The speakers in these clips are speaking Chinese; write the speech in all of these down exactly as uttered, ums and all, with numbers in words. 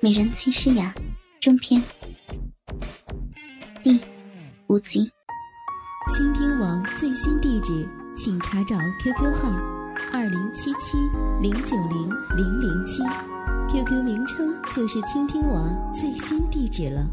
美人妻诗雅中篇第五集。 倾听网最新地址，请查找 Q Q 号二零七七零九零零零七 ，Q Q 名称就是倾听网最新地址了。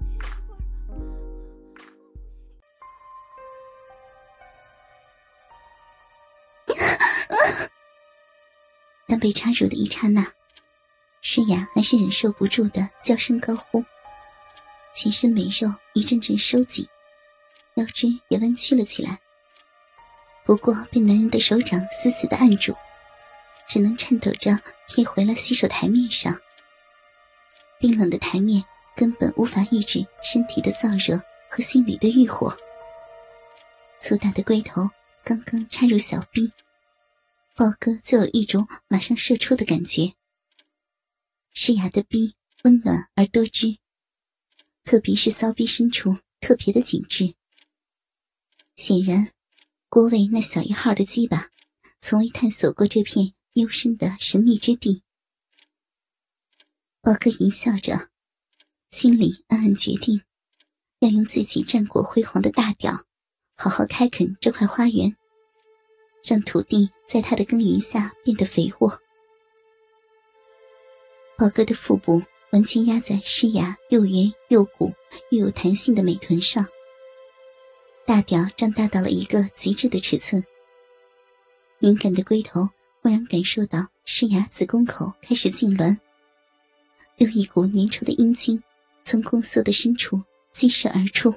当被插入的一刹那，诗雅还是忍受不住的娇声高呼，全身美肉一阵阵收紧，腰肢也弯曲了起来。不过被男人的手掌死死地按住，只能颤抖着贴回了洗手台面上。冰冷的台面根本无法抑制身体的燥热和心里的欲火。粗大的龟头刚刚插入小臂，豹哥就有一种马上射出的感觉。诗雅的臂温暖而多汁，特别是骚逼深处特别的紧致。显然郭卫那小一号的鸡巴从未探索过这片幽深的神秘之地。豹哥淫笑着，心里暗暗决定要用自己战果辉煌的大屌好好开垦这块花园，让土地在他的耕耘下变得肥沃。豹哥的腹部完全压在诗雅又圆又鼓又有弹性的美臀上，大屌张大到了一个极致的尺寸。敏感的龟头忽然感受到诗雅子宫口开始痉挛，有一股粘稠的阴茎从宫缩的深处激射而出。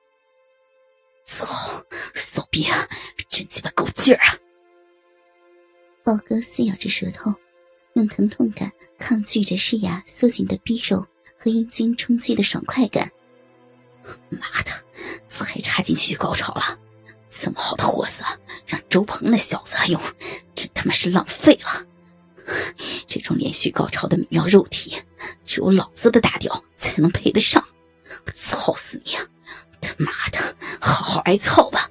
操，骚逼啊，真鸡巴够劲儿啊！ 豹哥撕咬着舌头，用疼痛感抗拒着诗雅缩紧的逼肉和阴茎冲击的爽快感。 妈的，才插进去就高潮了，这么好的货色让周鹏那小子用，真他妈是浪费了。这种连续高潮的美妙肉体，只有老子的大屌才能配得上。操死你啊！他妈的，好好挨操吧！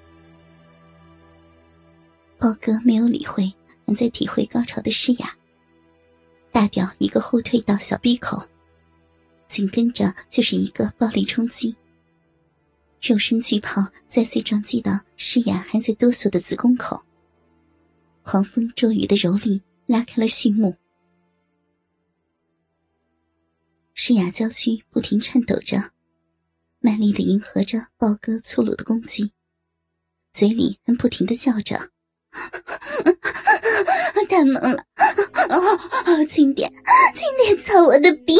豹哥没有理会还在体会高潮的诗雅，大屌一个后退到小逼口，紧跟着就是一个暴力冲击。肉身巨炮再次撞击到诗雅还在哆嗦的子宫口，狂风骤雨的蹂躏拉开了序幕。诗雅娇躯不停颤抖着，卖力地迎合着豹哥粗鲁的攻击，嘴里还不停地叫着太猛了，哦，轻点轻点操我的逼。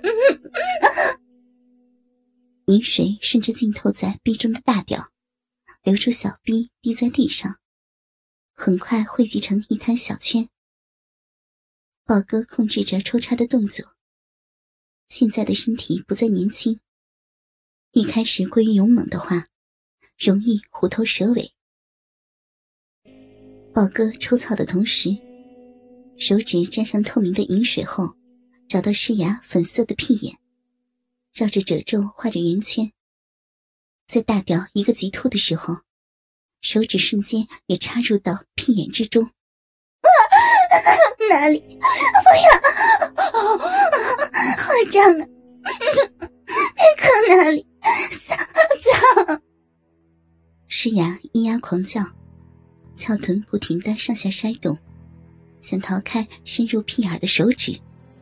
饮水顺着浸透在逼中的大屌流出小逼滴在地上，很快汇集成一滩小圈。豹哥控制着抽插的动作，现在的身体不再年轻，一开始过于勇猛的话容易虎头蛇尾。豹哥抽操的同时，手指沾上透明的饮水后找到诗雅粉色的屁眼，绕着褶皱画着圆圈。在大屌一个急突的时候，手指瞬间也插入到屁眼之中。啊、哪里？不要！哦、好胀啊！别磕哪里？脏脏！诗雅咿呀狂叫，翘臀不停地上下筛动，想逃开深入屁眼的手指。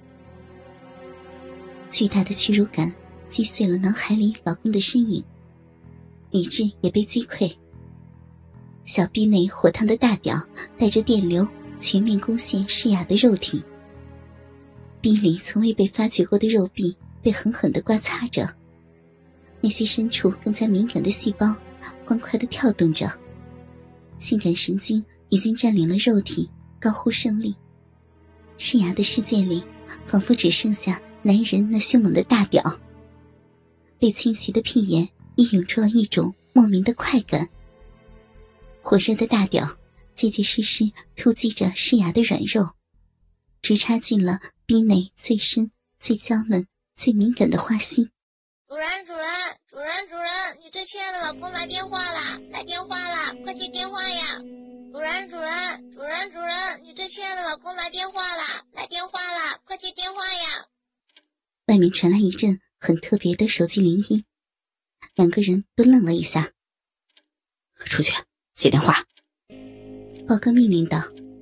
巨大的屈辱感击碎了脑海里老公的身影，理智也被击溃。小臂内火烫的大屌带着电流全面攻陷诗雅的肉体，臂里从未被发掘过的肉壁被狠狠地刮擦着，那些深处更加敏感的细胞欢快地跳动着，性感神经已经占领了肉体，高呼胜利。诗雅的世界里仿佛只剩下男人那凶猛的大屌，被侵袭的屁眼亦涌出了一种莫名的快感。火热的大屌结结实实突击着诗雅的软肉，直插进了逼内最深最娇嫩最敏感的花心。 主人主人主人主人，你最亲爱的老公来电话啦，来电话啦，快接电话呀！主人主人主人主人，你最亲爱的老公来电话啦，来电话啦，快接电话呀！ 外面传来一阵很特别的手机铃音，两个人都愣了一下。 出去接电话， 豹哥命令道。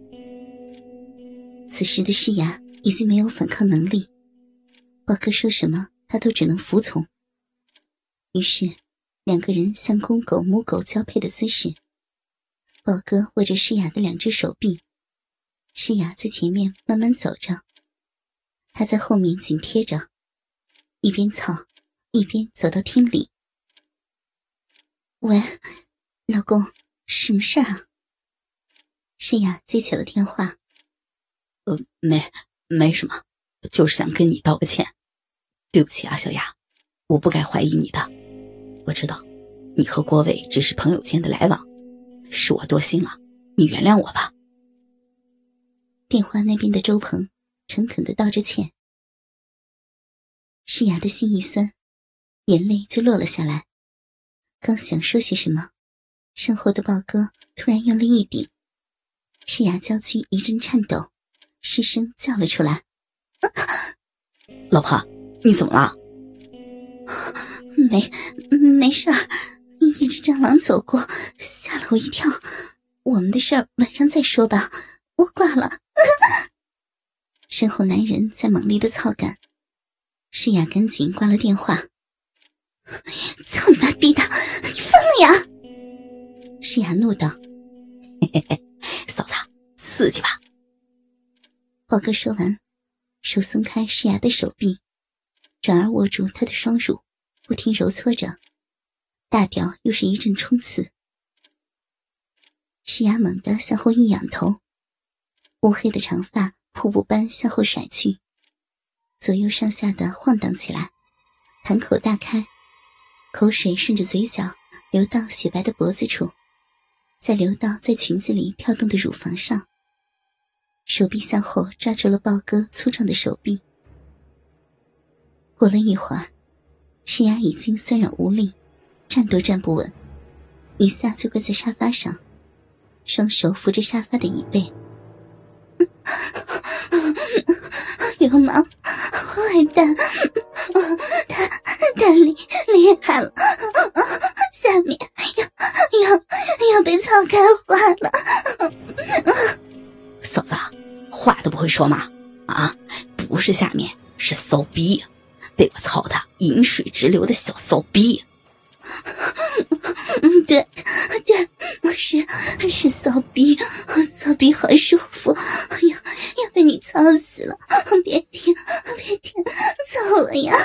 此时的诗雅已经没有反抗能力，豹哥说什么他都只能服从。于是两个人像公狗母狗交配的姿势，豹哥握着诗雅的两只手臂，诗雅在前面慢慢走着，他在后面紧贴着，一边操一边走到厅里。喂，老公，什么事啊？诗雅接起了电话。 呃，没没什么，就是想跟你道个歉。对不起啊，小雅，我不该怀疑你的。我知道你和郭伟只是朋友间的来往，是我多心了，你原谅我吧。 电话那边的周鹏诚恳地道着歉。诗雅的心一酸，眼泪就落了下来。刚想说些什么，身后的豹哥突然用力一顶，诗雅娇躯一阵颤抖，失声叫了出来： 老婆，你怎么了？ 没没事儿，一只蟑螂走过，吓了我一跳。我们的事儿晚上再说吧，我挂了。身后男人在猛烈的操干，诗雅赶紧挂了电话。操你妈逼的，你疯了呀！诗雅怒道： 嘿嘿嘿，嫂子，刺激吧。 豹哥说完，手松开诗雅的手臂，转而握住她的双乳，不停揉搓着，大屌又是一阵冲刺。诗雅猛地向后一仰头，乌黑的长发瀑布般向后甩去，左右上下的晃荡起来，盘口大开，口水顺着嘴角流到雪白的脖子处，再流到在裙子里跳动的乳房上。手臂向后抓住了豹哥粗壮的手臂。过了一会儿，诗雅已经酸软无力，站都站不稳，一下就跪在沙发上，双手扶着沙发的椅背。流氓，坏蛋，他他厉厉害了，下面要要要被操开花了。 嫂子，话都不会说吗？啊，不是下面，是骚逼，被我操的饮水直流的小骚逼。 嗯，对对，是是骚逼，骚逼好舒服，要要被你操死了！别停，别停，操我呀！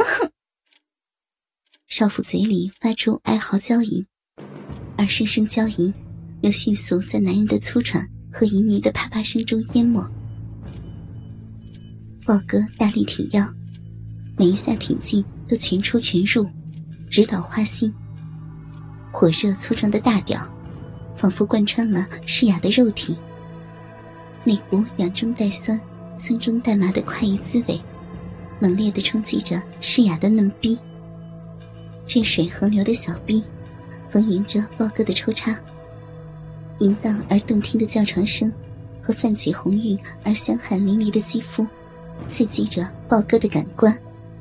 少妇嘴里发出哀嚎娇吟，而声声娇吟又迅速在男人的粗喘和淫迷的啪啪声中淹没。豹哥大力挺腰，每一下挺进都全出全入，直捣花心。火热粗壮的大屌仿佛贯穿了诗雅的肉体，那股痒中带酸，酸中带麻的快意滋味猛烈地冲击着诗雅的嫩逼。血水横流的小逼横迎着豹哥的抽插，淫荡而动听的叫床声和泛起红晕而香汗淋漓的肌肤刺激着豹哥的感官。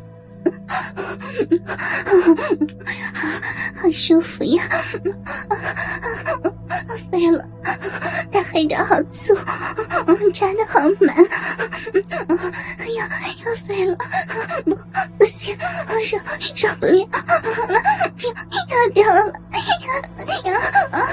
好舒服呀，飞了，大黑的好粗，扎的好满，要要飞了，不不行，受受不了了，要掉了，要要！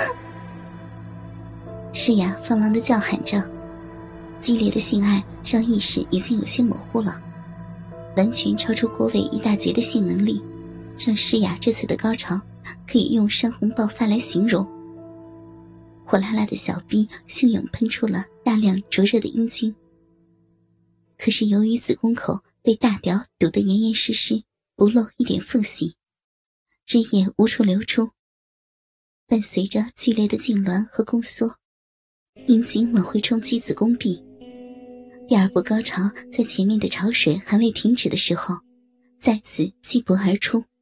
诗雅放浪的叫喊着，激烈的性爱让意识已经有些模糊了，完全超出郭伟一大截的性能力，让诗雅这次的高潮可以用山洪爆发来形容。火辣辣的小逼汹涌喷出了大量灼热的阴茎，可是由于子宫口被大屌堵得严严实实，不露一点缝隙，汁液无处流出，伴随着剧烈的痉挛和宫缩，阴茎往回冲击子宫壁。第二波高潮在前面的潮水还未停止的时候再次激勃而出。